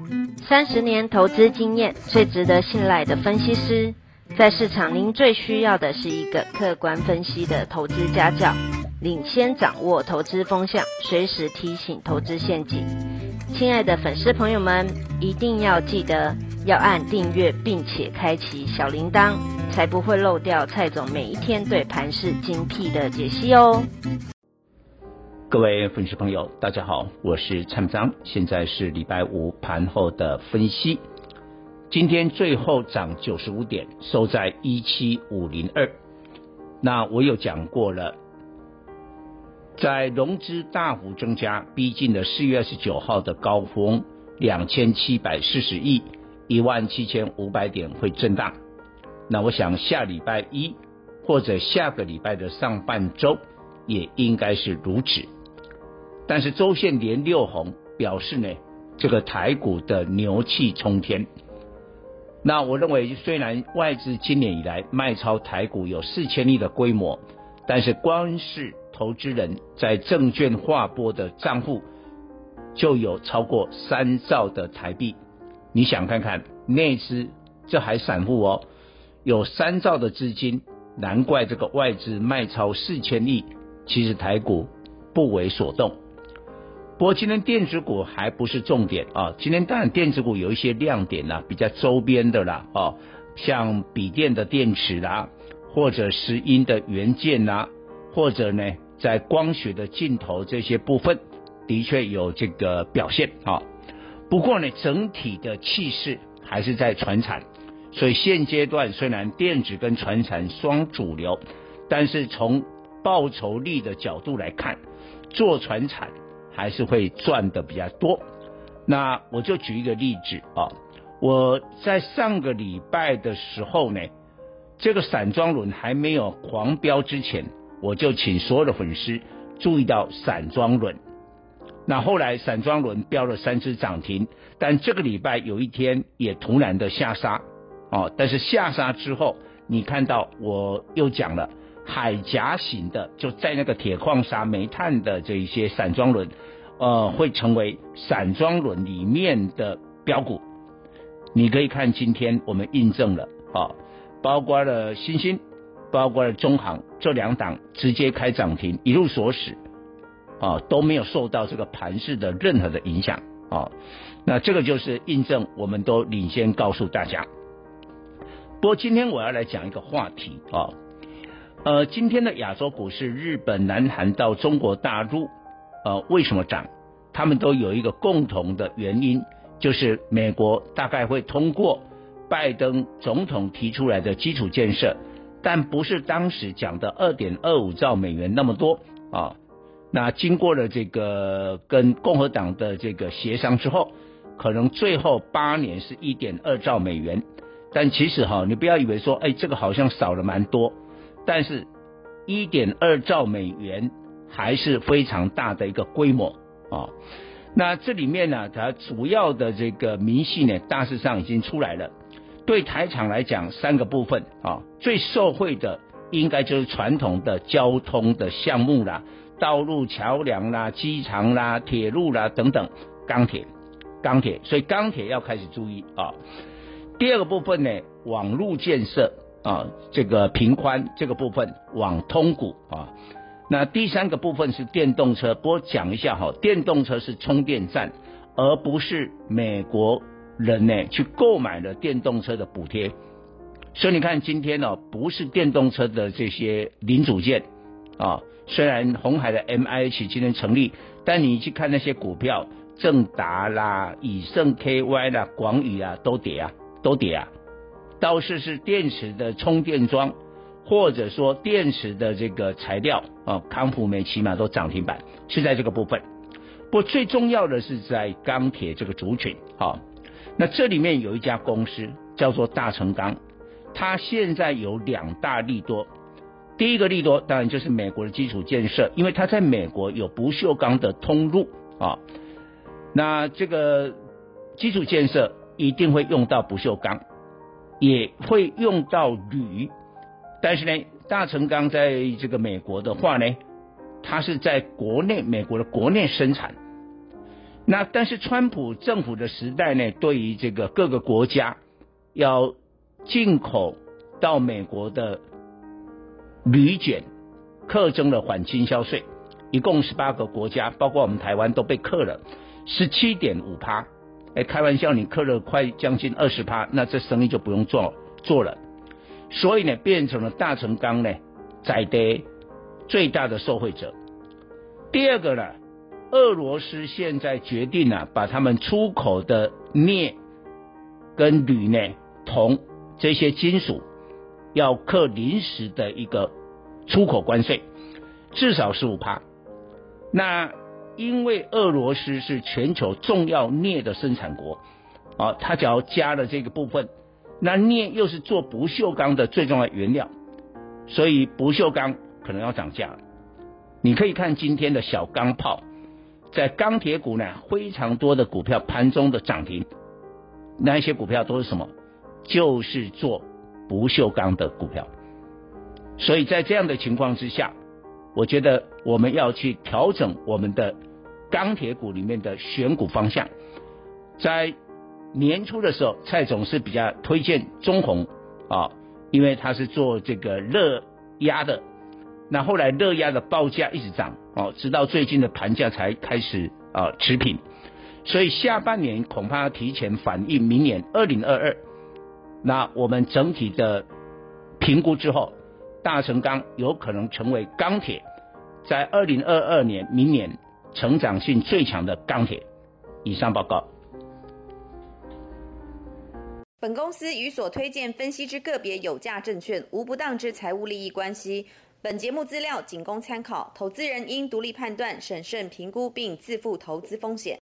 30年投资经验，最值得信赖的分析师。在市场，您最需要的是一个客观分析的投资家教，领先掌握投资风向，随时提醒投资陷阱。亲爱的粉丝朋友们，一定要记得要按订阅，并且开启小铃铛，才不会漏掉蔡总每一天对盘势精辟的解析哦。 各位粉丝朋友，大家好，我是蔡明彰，现在是礼拜五盘后的分析。今天最后涨95点，收在17502。那我有讲过了，在融资大幅增加，逼近了4月29号的高峰2740亿，17500点会震荡。那我想下礼拜一或者下个礼拜的上半周也应该是如此。但是周线连6红，表示呢这个台股的牛气冲天。那我认为虽然外资今年以来卖超台股有4000亿的规模，但是光是投资人在证券划拨的账户就有超过3兆的台币。你想看看内资，这还散户哦，有3兆的资金，难怪这个外资卖超4000亿，其实台股不为所动。不过今天电子股还不是重点啊，今天当然电子股有一些亮点啦，比较周边的啦，像笔电的电池啦，或者石英的元件啦，或者呢在光学的镜头这些部分的确有这个表现啊。不过呢整体的气势还是在传产，所以现阶段虽然电子跟传产双主流，但是从报酬率的角度来看，做传产还是会赚的比较多。那我就举一个例子啊，我在上个礼拜的时候呢，这个散装轮还没有狂飙之前，我就请所有的粉丝注意到散装轮。那后来散装轮飙了3只涨停，但这个礼拜有一天也突然的下杀但是下杀之后，你看到我又讲了海峡型的，就在那个铁矿砂、煤炭的这一些散装轮会成为散装轮里面的标股。你可以看今天我们印证了包括了新兴，包括了中航，这2档直接开涨停，一路锁死都没有受到这个盘势的任何的影响那这个就是印证我们都领先告诉大家。不过今天我要来讲一个话题今天的亚洲股市，日本、南韩到中国大陆为什么涨？他们都有一个共同的原因，就是美国大概会通过拜登总统提出来的基础建设，但不是当时讲的 2.25 兆美元那么多那经过了这个跟共和党的这个协商之后，可能最后8年是 1.2 兆美元。但其实你不要以为说这个好像少了蛮多，但是 1.2 兆美元还是非常大的一个规模那这里面呢，它主要的这个明细呢，大致上已经出来了。对台厂来讲，3个部分最受惠的应该就是传统的交通的项目啦，道路、桥梁啦、机场啦、铁路啦等等，钢铁，所以钢铁要开始注意第2个部分呢，网络建设这个频宽这个部分网通股那第3个部分是电动车。不过讲一下电动车是充电站，而不是美国人呢去购买了电动车的补贴。所以你看今天不是电动车的这些零组件虽然鸿海的 MIH 今天成立，但你去看那些股票，正达啦、以盛 KY 啦、广宇啊都跌倒是电池的充电桩，或者说电池的这个材料康普美起码都涨停板，是在这个部分。不过最重要的是在钢铁这个族群那这里面有一家公司叫做大成钢，它现在有2大利多。第一个利多当然就是美国的基础建设，因为它在美国有不锈钢的通路那这个基础建设一定会用到不锈钢，也会用到铝，但是呢大成钢在这个美国的话呢，它是在国内美国的国内生产， 那但是川普政府的时代呢，对于这个各个国家要进口到美国的铝卷课征了缓倾销税，一共18个国家，包括我们台湾都被课了 17.5%。开玩笑，你课了快将近20%，那这生意就不用做了。所以呢，变成了大成钢呢在地最大的受惠者。第二个呢，俄罗斯现在决定把他们出口的镍跟铝呢、铜这些金属要课临时的一个出口关税，至少15%。那因为俄罗斯是全球重要镍的生产国，它只要加了这个部分，那镍又是做不锈钢的最重要的原料，所以不锈钢可能要涨价了。你可以看今天的小钢炮，在钢铁股呢非常多的股票盘中的涨停，那一些股票都是什么？就是做不锈钢的股票。所以在这样的情况之下，我觉得我们要去调整我们的钢铁股里面的选股方向。在年初的时候，蔡总是比较推荐中鸿因为他是做这个热压的，那后来热压的报价一直涨直到最近的盘价才开始持平，所以下半年恐怕提前反映明年2022。那我们整体的评估之后，大成钢有可能成为钢铁在2022年明年成长性最强的钢铁。以上报告。 本公司与所推荐分析之个别有价证券无不当之财务利益关系。本节目资料仅供参考，投资人应独立判断、审慎评估并自负投资风险。